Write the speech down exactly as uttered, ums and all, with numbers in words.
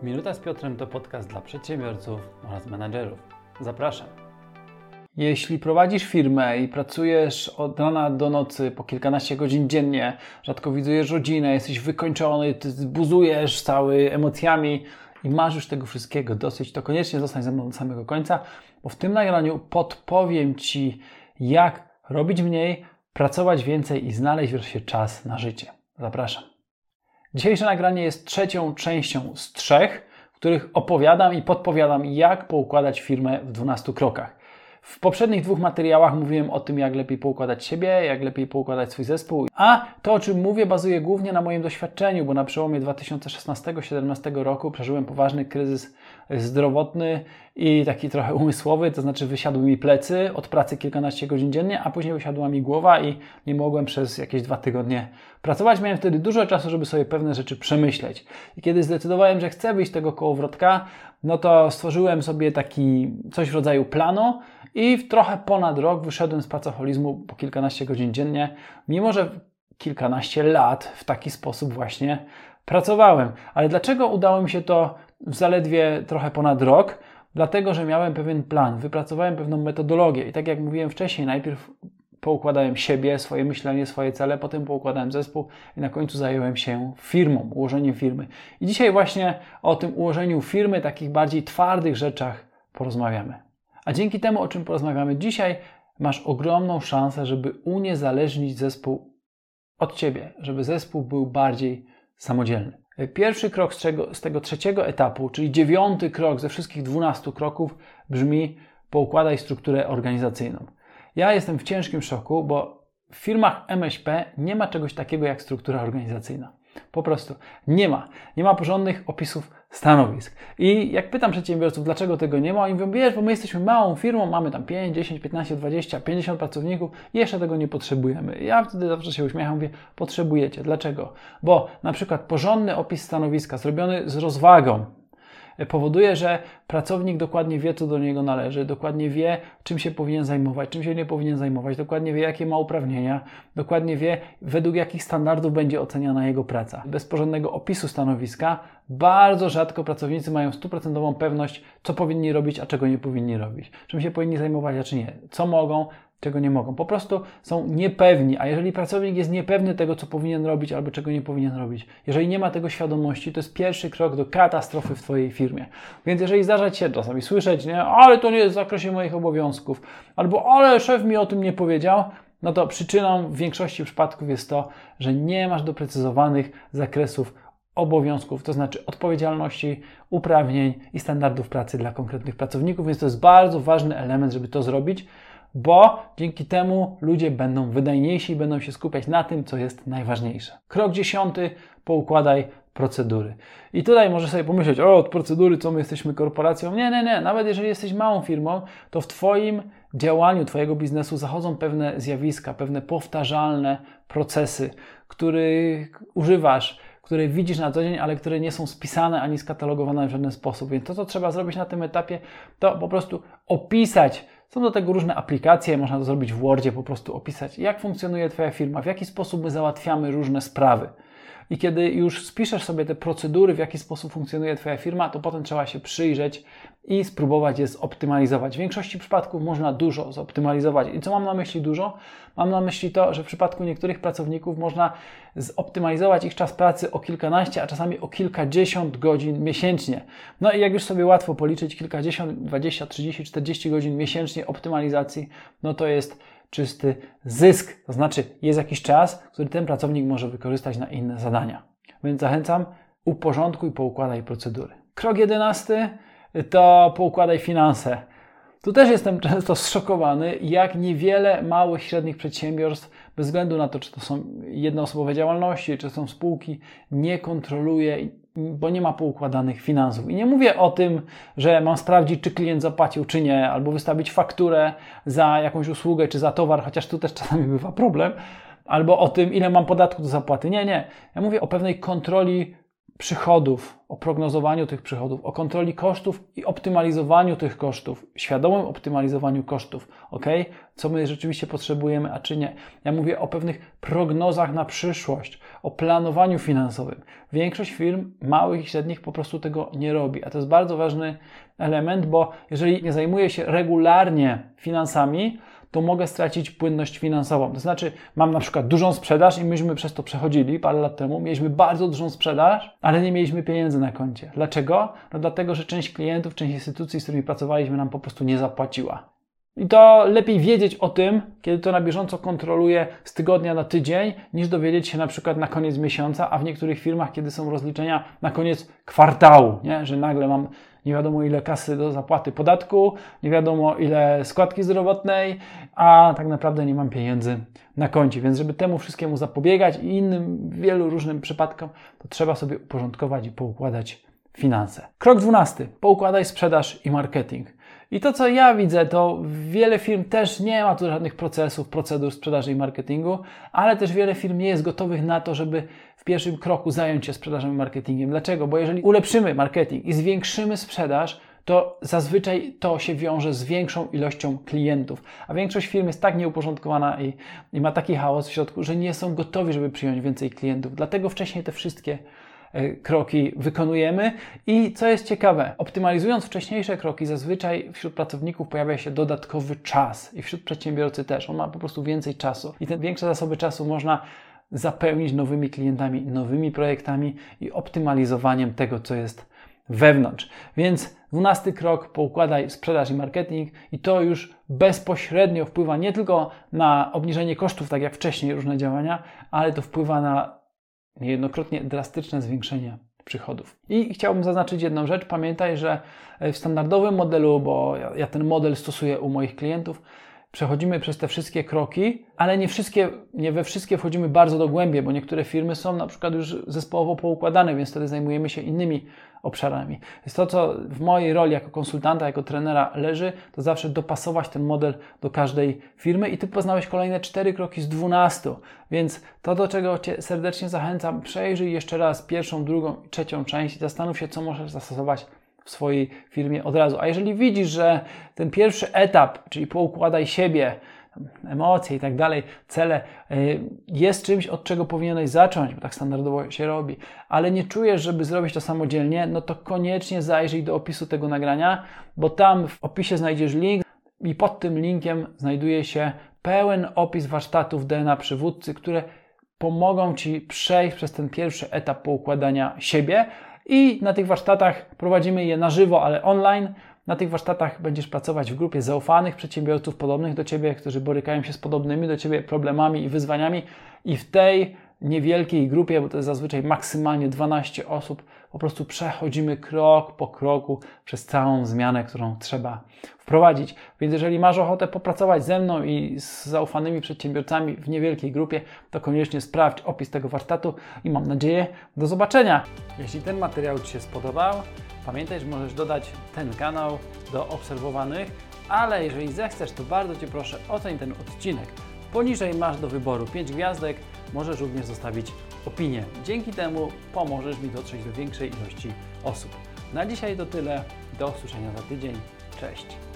Minuta z Piotrem to podcast dla przedsiębiorców oraz menadżerów. Zapraszam. Jeśli prowadzisz firmę i pracujesz od rana do nocy po kilkanaście godzin dziennie, rzadko widujesz rodzinę, jesteś wykończony, ty buzujesz cały emocjami i masz już tego wszystkiego dosyć, to koniecznie zostań ze mną do samego końca, bo w tym nagraniu podpowiem Ci, jak robić mniej, pracować więcej i znaleźć wreszcie czas na życie. Zapraszam. Dzisiejsze nagranie jest trzecią częścią z trzech, w których opowiadam i podpowiadam, jak poukładać firmę w dwunastu krokach. W poprzednich dwóch materiałach mówiłem o tym, jak lepiej poukładać siebie, jak lepiej poukładać swój zespół, a to, o czym mówię, bazuje głównie na moim doświadczeniu, bo na przełomie dwa tysiące szesnastego do dwa tysiące siedemnastego roku przeżyłem poważny kryzys zdrowotny i taki trochę umysłowy, to znaczy wysiadły mi plecy od pracy kilkanaście godzin dziennie, a później wysiadła mi głowa i nie mogłem przez jakieś dwa tygodnie pracować. Miałem wtedy dużo czasu, żeby sobie pewne rzeczy przemyśleć. I kiedy zdecydowałem, że chcę wyjść z tego kołowrotka, no to stworzyłem sobie taki coś w rodzaju planu i w trochę ponad rok wyszedłem z pracoholizmu po kilkanaście godzin dziennie, mimo że kilkanaście lat w taki sposób właśnie pracowałem. Ale dlaczego udało mi się to w zaledwie trochę ponad rok? Dlatego, że miałem pewien plan, wypracowałem pewną metodologię i tak jak mówiłem wcześniej, najpierw poukładałem siebie, swoje myślenie, swoje cele, potem poukładałem zespół i na końcu zająłem się firmą, ułożeniem firmy. I dzisiaj właśnie o tym ułożeniu firmy, takich bardziej twardych rzeczach porozmawiamy. A dzięki temu, o czym porozmawiamy dzisiaj, masz ogromną szansę, żeby uniezależnić zespół od Ciebie, żeby zespół był bardziej samodzielny. Pierwszy krok z, czego, z tego trzeciego etapu, czyli dziewiąty krok ze wszystkich dwunastu kroków brzmi: poukładaj strukturę organizacyjną. Ja jestem w ciężkim szoku, bo w firmach M S P nie ma czegoś takiego jak struktura organizacyjna. Po prostu nie ma. Nie ma porządnych opisów stanowisk. I jak pytam przedsiębiorców, dlaczego tego nie ma, oni mówią, wiesz, bo my jesteśmy małą firmą, mamy tam pięć, dziesięć, piętnaście, dwadzieścia, pięćdziesiąt pracowników i jeszcze tego nie potrzebujemy. Ja wtedy zawsze się uśmiecham, mówię, potrzebujecie. Dlaczego? Bo na przykład porządny opis stanowiska zrobiony z rozwagą powoduje, że pracownik dokładnie wie, co do niego należy, dokładnie wie, czym się powinien zajmować, czym się nie powinien zajmować, dokładnie wie, jakie ma uprawnienia, dokładnie wie, według jakich standardów będzie oceniana jego praca. Bez porządnego opisu stanowiska bardzo rzadko pracownicy mają stuprocentową pewność, co powinni robić, a czego nie powinni robić, czym się powinni zajmować, a czy nie, co mogą, czego nie mogą. Po prostu są niepewni, a jeżeli pracownik jest niepewny tego, co powinien robić albo czego nie powinien robić, jeżeli nie ma tego świadomości, to jest pierwszy krok do katastrofy w Twojej firmie. Więc jeżeli zdarza Ci się czasami słyszeć, nie, ale to nie jest w zakresie moich obowiązków, albo ale szef mi o tym nie powiedział, no to przyczyną w większości przypadków jest to, że nie masz doprecyzowanych zakresów obowiązków, to znaczy odpowiedzialności, uprawnień i standardów pracy dla konkretnych pracowników, więc to jest bardzo ważny element, żeby to zrobić, bo dzięki temu ludzie będą wydajniejsi i będą się skupiać na tym, co jest najważniejsze. Krok dziesiąty, poukładaj procedury. I tutaj możesz sobie pomyśleć, o, od procedury, co my jesteśmy korporacją? Nie, nie, nie. Nawet jeżeli jesteś małą firmą, to w Twoim działaniu, Twojego biznesu zachodzą pewne zjawiska, pewne powtarzalne procesy, których używasz, które widzisz na co dzień, ale które nie są spisane ani skatalogowane w żaden sposób. Więc to, co trzeba zrobić na tym etapie, to po prostu opisać. Są do tego różne aplikacje, można to zrobić w Wordzie, po prostu opisać, jak funkcjonuje Twoja firma, w jaki sposób my załatwiamy różne sprawy. I kiedy już spiszesz sobie te procedury, w jaki sposób funkcjonuje Twoja firma, to potem trzeba się przyjrzeć i spróbować je zoptymalizować. W większości przypadków można dużo zoptymalizować. I co mam na myśli dużo? Mam na myśli to, że w przypadku niektórych pracowników można zoptymalizować ich czas pracy o kilkanaście, a czasami o kilkadziesiąt godzin miesięcznie. No i jak już sobie łatwo policzyć, kilkadziesiąt, dwadzieścia, trzydzieści, czterdzieści godzin miesięcznie optymalizacji, no to jest czysty zysk. To znaczy jest jakiś czas, który ten pracownik może wykorzystać na inne zadania. Więc zachęcam, uporządkuj, poukładaj procedury. Krok jedenasty to poukładaj finanse. Tu też jestem często zszokowany, jak niewiele małych, średnich przedsiębiorstw, bez względu na to, czy to są jednoosobowe działalności, czy to są spółki, nie kontroluje, bo nie ma poukładanych finansów. I nie mówię o tym, że mam sprawdzić, czy klient zapłacił, czy nie, albo wystawić fakturę za jakąś usługę, czy za towar, chociaż tu też czasami bywa problem, albo o tym, ile mam podatku do zapłaty. Nie, nie. Ja mówię o pewnej kontroli przychodów, o prognozowaniu tych przychodów, o kontroli kosztów i optymalizowaniu tych kosztów, świadomym optymalizowaniu kosztów, ok? Co my rzeczywiście potrzebujemy, a czy nie. Ja mówię o pewnych prognozach na przyszłość, o planowaniu finansowym. Większość firm małych i średnich po prostu tego nie robi, a to jest bardzo ważny element, bo jeżeli nie zajmuję się regularnie finansami, to mogę stracić płynność finansową. To znaczy, mam na przykład dużą sprzedaż i myśmy przez to przechodzili parę lat temu, mieliśmy bardzo dużą sprzedaż, ale nie mieliśmy pieniędzy na koncie. Dlaczego? No dlatego, że część klientów, część instytucji, z którymi pracowaliśmy, nam po prostu nie zapłaciła. I to lepiej wiedzieć o tym, kiedy to na bieżąco kontroluję z tygodnia na tydzień, niż dowiedzieć się na przykład na koniec miesiąca, a w niektórych firmach, kiedy są rozliczenia na koniec kwartału, nie? Że nagle mam nie wiadomo ile kasy do zapłaty podatku, nie wiadomo ile składki zdrowotnej, a tak naprawdę nie mam pieniędzy na koncie. Więc żeby temu wszystkiemu zapobiegać i innym wielu różnym przypadkom, to trzeba sobie uporządkować i poukładać finanse. Krok dwunasty. Poukładaj sprzedaż i marketing. I to, co ja widzę, to wiele firm też nie ma tu żadnych procesów, procedur sprzedaży i marketingu, ale też wiele firm nie jest gotowych na to, żeby w pierwszym kroku zająć się sprzedażą i marketingiem. Dlaczego? Bo jeżeli ulepszymy marketing i zwiększymy sprzedaż, to zazwyczaj to się wiąże z większą ilością klientów. A większość firm jest tak nieuporządkowana i, i ma taki chaos w środku, że nie są gotowi, żeby przyjąć więcej klientów. Dlatego wcześniej te wszystkie kroki wykonujemy i co jest ciekawe, optymalizując wcześniejsze kroki, zazwyczaj wśród pracowników pojawia się dodatkowy czas i wśród przedsiębiorcy też. On ma po prostu więcej czasu i te większe zasoby czasu można zapełnić nowymi klientami, nowymi projektami i optymalizowaniem tego, co jest wewnątrz. Więc dwunasty krok, poukładaj sprzedaż i marketing i to już bezpośrednio wpływa nie tylko na obniżenie kosztów, tak jak wcześniej różne działania, ale to wpływa na niejednokrotnie drastyczne zwiększenie przychodów. I chciałbym zaznaczyć jedną rzecz. Pamiętaj, że w standardowym modelu, bo ja, ja ten model stosuję u moich klientów, przechodzimy przez te wszystkie kroki, ale nie wszystkie, nie we wszystkie wchodzimy bardzo dogłębnie, bo niektóre firmy są na przykład już zespołowo poukładane, więc wtedy zajmujemy się innymi obszarami. Więc to, co w mojej roli jako konsultanta, jako trenera leży, to zawsze dopasować ten model do każdej firmy i Ty poznałeś kolejne cztery kroki z dwunastu, więc to, do czego Cię serdecznie zachęcam, przejrzyj jeszcze raz pierwszą, drugą i trzecią część i zastanów się, co możesz zastosować w swojej firmie od razu. A jeżeli widzisz, że ten pierwszy etap, czyli poukładaj siebie, emocje i tak dalej, cele, jest czymś, od czego powinieneś zacząć, bo tak standardowo się robi, ale nie czujesz, żeby zrobić to samodzielnie, no to koniecznie zajrzyj do opisu tego nagrania, bo tam w opisie znajdziesz link i pod tym linkiem znajduje się pełen opis warsztatów D N A przywódcy, które pomogą Ci przejść przez ten pierwszy etap poukładania siebie i na tych warsztatach prowadzimy je na żywo, ale online. Na tych warsztatach będziesz pracować w grupie zaufanych przedsiębiorców podobnych do Ciebie, którzy borykają się z podobnymi do Ciebie problemami i wyzwaniami i w tej niewielkiej grupie, bo to jest zazwyczaj maksymalnie dwanaście osób, po prostu przechodzimy krok po kroku przez całą zmianę, którą trzeba wprowadzić. Więc jeżeli masz ochotę popracować ze mną i z zaufanymi przedsiębiorcami w niewielkiej grupie, to koniecznie sprawdź opis tego warsztatu i mam nadzieję do zobaczenia. Jeśli ten materiał Ci się spodobał, pamiętaj, że możesz dodać ten kanał do obserwowanych, ale jeżeli zechcesz, to bardzo Cię proszę, oceń ten odcinek. Poniżej masz do wyboru pięć gwiazdek, możesz również zostawić opinię. Dzięki temu pomożesz mi dotrzeć do większej ilości osób. Na dzisiaj to tyle. Do usłyszenia za tydzień. Cześć!